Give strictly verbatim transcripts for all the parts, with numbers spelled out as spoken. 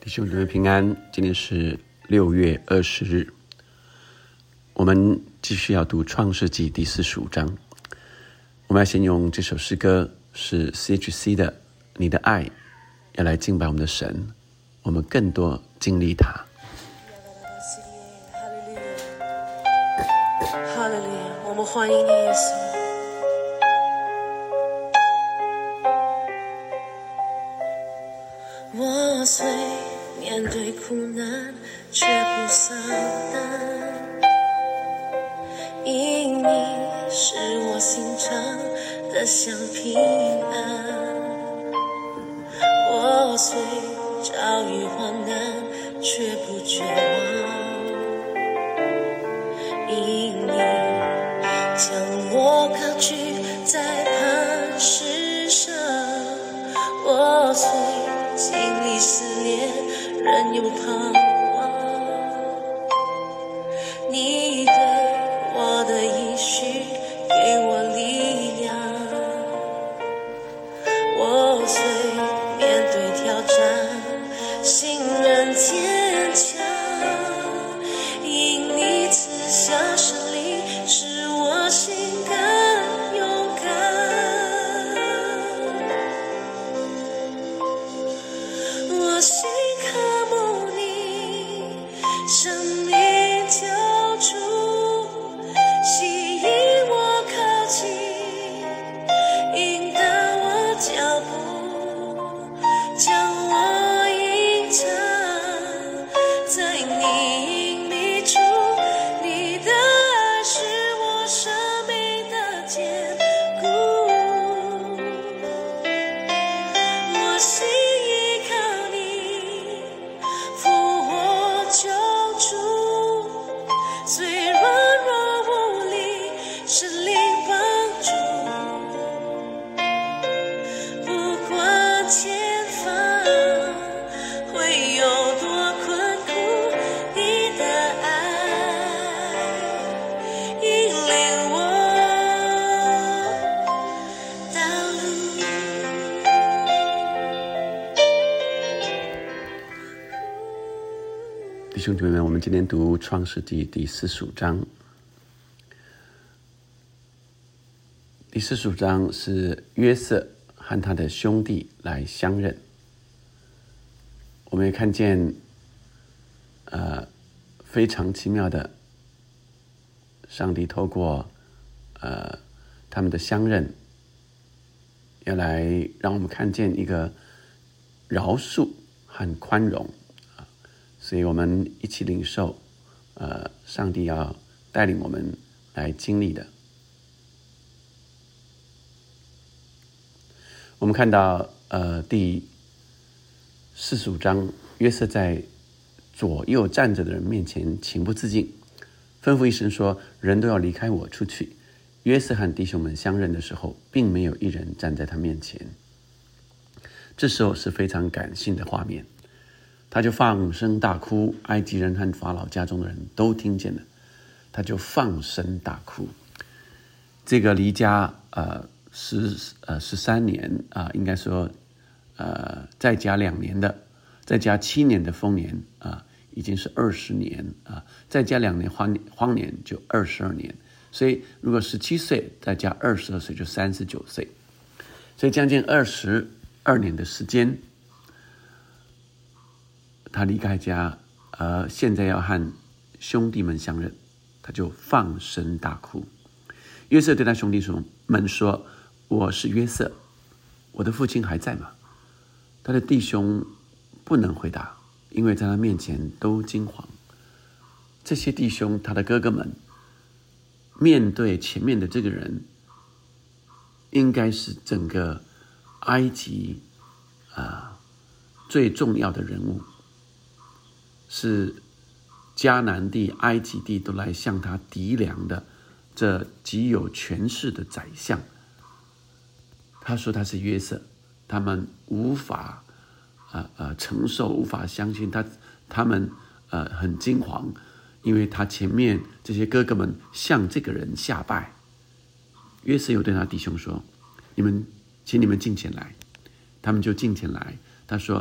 弟兄姊妹平安，今天是六月二十日，我们继续要读创世纪第四十五章。我们要先用这首诗歌，是 C H C 的你的爱，要来敬拜我们的神，我们更多经历他。 哈利路亚，我们欢迎你耶稣。我虽面对苦难，却不丧胆，因你是我心肠的香平安。我虽遭遇患难，却不绝望，因你将我高举在磐石上。我虽经历试炼，仍有盼望，你对我的应许给我力量。我虽面对挑战，心仍坚强，因你赐下胜利，使我心更勇敢。我心渴慕你，生命救主，吸引我靠近，引导我脚步，将我隐藏在你隐秘处。你的爱是我生命的坚固，我心虽软弱无力，神灵帮助，不管前方会有多困苦，你的爱引领我道路。 弟兄姊妹们，我们今天读创世纪第四十五章。第四十五章是约瑟和他的兄弟来相认。我们也看见呃非常奇妙的，上帝透过呃他们的相认，要来让我们看见一个饶恕和宽容。所以我们一起领受呃，上帝要带领我们来经历的。我们看到呃第四十五章，约瑟在左右站着的人面前情不自禁，吩咐一声说：人都要离开我出去。约瑟和弟兄们相认的时候，并没有一人站在他面前。这时候是非常感性的画面，他就放声大哭，埃及人和法老家中的人都听见了，他就放声大哭。这个离家呃十呃十三年啊、呃，应该说呃再加两年的，再加七年的丰年啊、呃，已经是二十年啊、呃，再加两年荒荒年就二十二年，所以如果十七岁再加二十二岁就三十九岁，所以将近二十二年的时间。他离开家，呃，现在要和兄弟们相认，他就放声大哭。约瑟对他兄弟们说：我是约瑟，我的父亲还在吗？他的弟兄不能回答，因为在他面前都惊惶。这些弟兄，他的哥哥们，面对前面的这个人，应该是整个埃及啊、呃、最重要的人物。是迦南地、埃及地都来向他敌粮的这极有权势的宰相。他说他是约瑟，他们无法呃呃承受，无法相信他，他们呃很惊惶，因为他前面这些哥哥们向这个人下拜。约瑟又对他弟兄说：你们请你们进前来。他们就进前来。他说：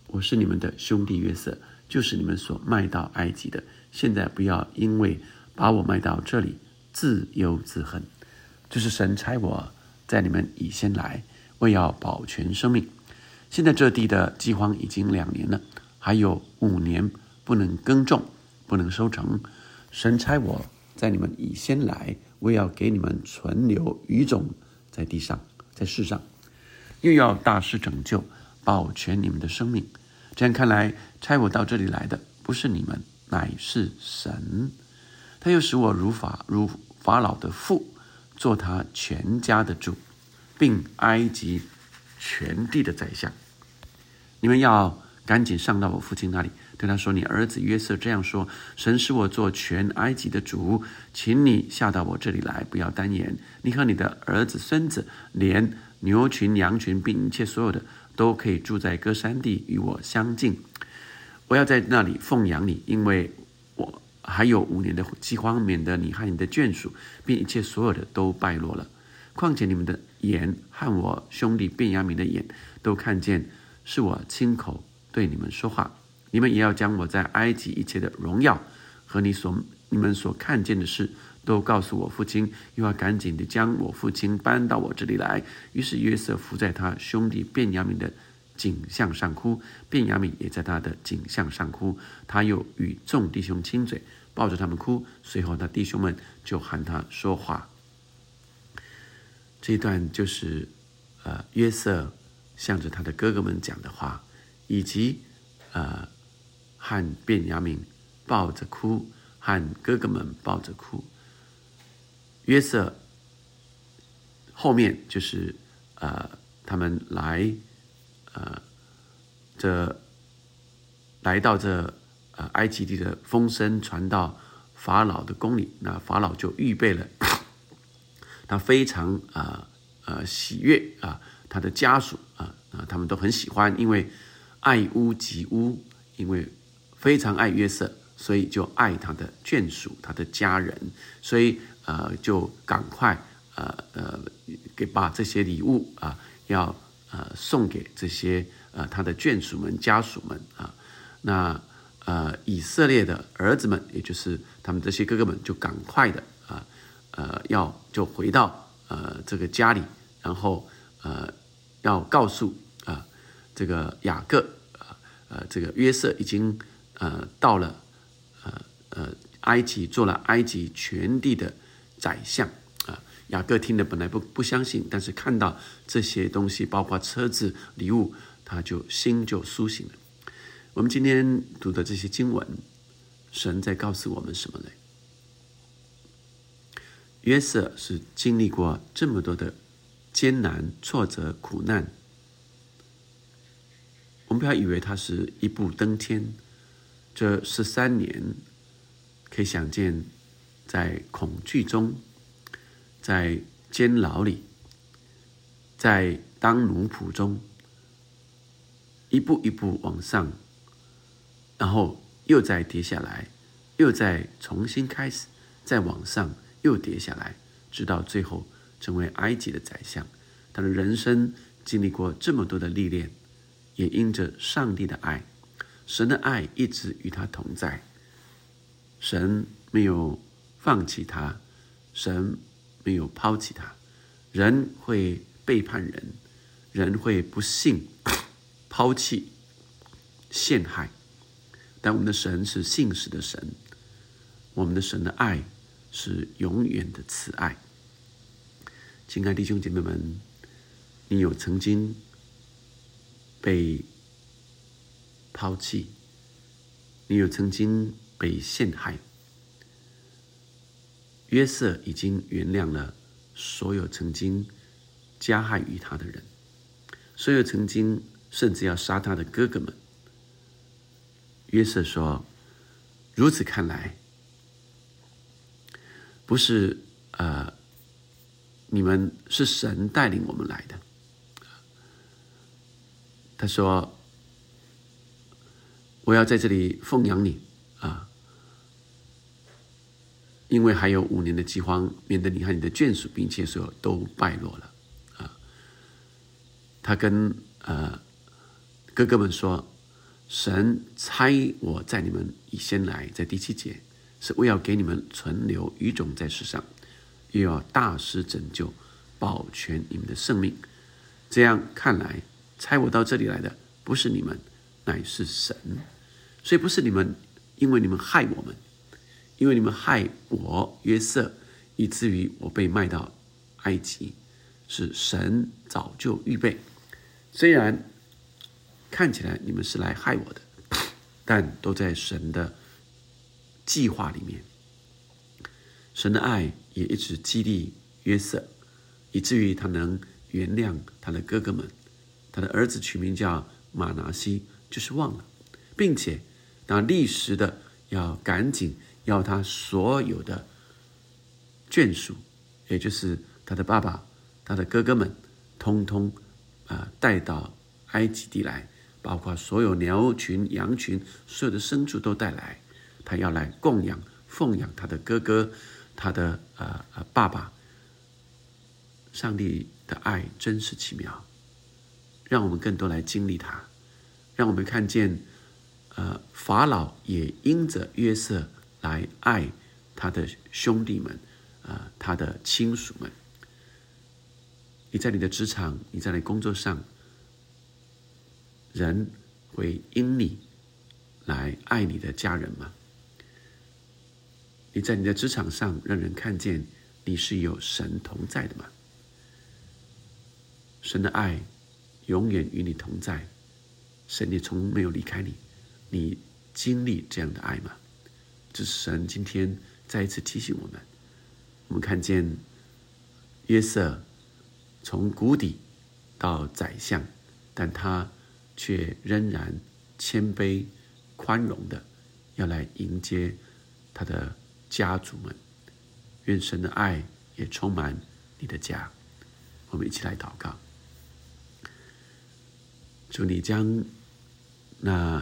我是你们的兄弟约瑟，就是你们所卖到埃及的。现在不要因为把我卖到这里自忧自恨，就是神差我在你们以先来，为要保全生命。现在这地的饥荒已经两年了，还有五年不能耕种，不能收成。神差我在你们以先来，为要给你们存留余种在地上，在世上，又要大施拯救，保全你们的生命。这样看来，差我到这里来的不是你们，乃是神。他又使我如法如法老的父，做他全家的主，并埃及全地的宰相。你们要赶紧上到我父亲那里，对他说：你儿子约瑟这样说，神使我做全埃及的主，请你下到我这里来，不要单言。你和你的儿子孙子，连牛群羊群并一切所有的，都可以住在歌珊地，与我相近。我要在那里奉养你，因为我还有五年的饥荒，免得你和你的眷属并一切所有的都败落了。况且你们的眼和我兄弟便雅悯的眼都看见，是我亲口对你们说话。你们也要将我在埃及一切的荣耀和你所你们所看见的事都告诉我父亲，又要赶紧的将我父亲搬到我这里来。于是约瑟伏在他兄弟便雅悯的颈项上哭，便雅悯也在他的颈项上哭。他又与众弟兄亲嘴，抱着他们哭。随后他弟兄们就喊他说话。这一段就是呃约瑟向着他的哥哥们讲的话，以及呃和便雅悯抱着哭，和哥哥们抱着哭。约瑟后面就是呃他们来呃这来到这呃埃及地的风声传到法老的宫里，那法老就预备了，他非常呃呃喜悦啊，他的家属啊啊他们都很喜欢，因为爱屋及乌，因为非常爱约瑟，所以就爱他的眷属，他的家人，所以呃就赶快呃呃给把这些礼物啊要呃送给这些呃他的眷属们家属们啊。那呃以色列的儿子们，也就是他们这些哥哥们，就赶快的啊呃要就回到呃这个家里，然后呃要告诉啊这个雅各啊呃这个约瑟已经呃到了呃呃埃及，做了埃及全地的宰相啊。雅各听的本来不不相信，但是看到这些东西，包括车子礼物，他就心就苏醒了。我们今天读的这些经文，神在告诉我们什么呢？约瑟是经历过这么多的艰难、挫折、苦难，我们不要以为他是一步登天。这十三年，可以想见，在恐惧中，在监牢里，在当奴仆中，一步一步往上，然后又再跌下来，又再重新开始，再往上又跌下来，直到最后成为埃及的宰相。他的人生经历过这么多的历练，也因着上帝的爱，神的爱一直与他同在，神没有放弃他，神没有抛弃他。人会背叛人，人会不信、抛弃、陷害，但我们的神是信实的神，我们的神的爱是永远的慈爱。亲爱的弟兄姐妹们，你有曾经被抛弃，你有曾经被陷害，约瑟已经原谅了所有曾经加害于他的人，所有曾经甚至要杀他的哥哥们。约瑟说，如此看来，不是呃你们是神带领我们来的。他说，我要在这里奉养你啊，因为还有五年的饥荒，免得你和你的眷属并且所有都败落了啊。他跟呃哥哥们说， 神差我在你们以先来，在第七节，是为要给你们存留余种在世上，又要大施拯救，保全你们的生命。这样看来，差我到这里来的不是你们，乃是神。所以不是你们，因为你们害我们，因为你们害我约瑟，以至于我被卖到埃及，是神早就预备。虽然看起来你们是来害我的，但都在神的计划里面。神的爱也一直激励约瑟，以至于他能原谅他的哥哥们。他的儿子取名叫马拿西，就是忘了，并且那立时的要赶紧要他所有的眷属，也就是他的爸爸、他的哥哥们，通通啊带到埃及地来，包括所有牛群、羊群，所有的牲畜都带来，他要来供养、奉养他的哥哥、他的呃呃爸爸。上帝的爱真是奇妙，让我们更多来经历它，让我们看见，呃，法老也因着约瑟来爱他的兄弟们，呃，他的亲属们。你在你的职场，你在你工作上，人会因你来爱你的家人吗？你在你的职场上，让人看见你是有神同在的吗？神的爱永远与你同在，神也从没有离开你。你经历这样的爱吗？这是神今天再一次提醒我们。我们看见约瑟从谷底到宰相，但他却仍然谦卑宽容的要来迎接他的家族们。愿神的爱也充满你的家。我们一起来祷告。主，你将那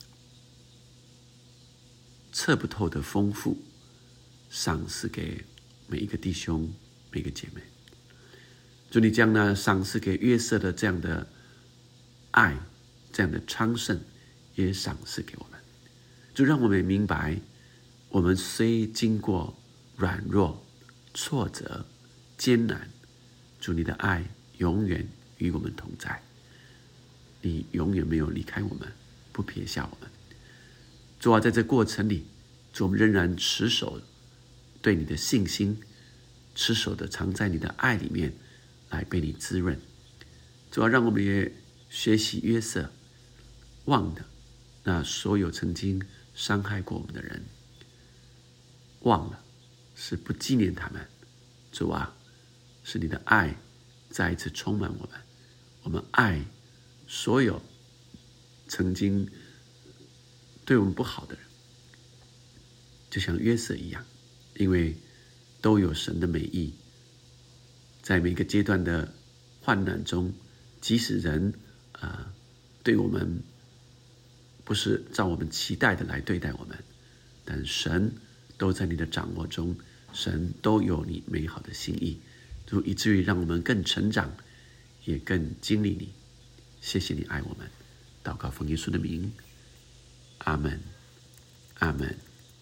测不透的丰富赏赐给每一个弟兄、每个姐妹。主，你将那赏赐给约瑟的这样的爱、这样的昌盛，也赏赐给我们。主，让我们明白，我们虽经过软弱、挫折、艰难，主，你的爱永远与我们同在。你永远没有离开我们，不撇下我们。主啊，在这过程里，主，我们仍然持守对你的信心，持守的藏在你的爱里面，来被你滋润。主啊，让我们也学习约瑟，忘了那所有曾经伤害过我们的人，忘了是不纪念他们。主啊，是你的爱再一次充满我们，我们爱所有曾经对我们不好的人，就像约瑟一样，因为都有神的美意。在每个阶段的患难中，即使人、呃、对我们不是照我们期待的来对待我们，但神都在你的掌握中，神都有你美好的心意，以至于让我们更成长，也更经历你。谢谢你爱我们，祷告奉耶稣的名，阿们，阿们。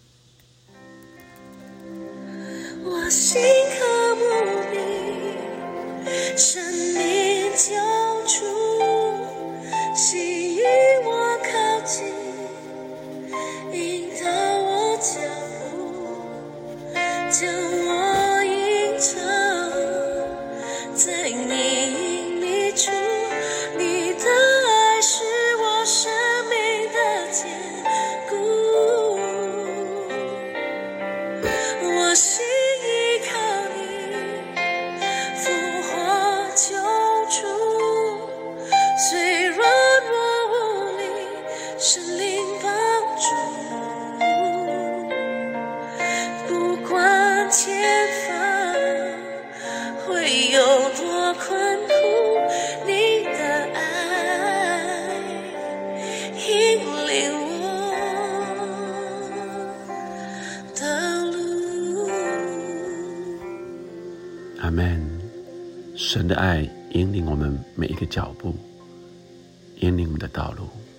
我心渴慕你，生命救主，吸引我靠近，引导我脚步，将我隐藏在你隐秘处。你的爱是我生命的坚固，我心依靠你，复活救主。虽软弱无力，神灵帮助。不管前方会有多困苦，你的爱引领我的路。 阿们。神的爱引领我们每一个脚步，引领我们的道路。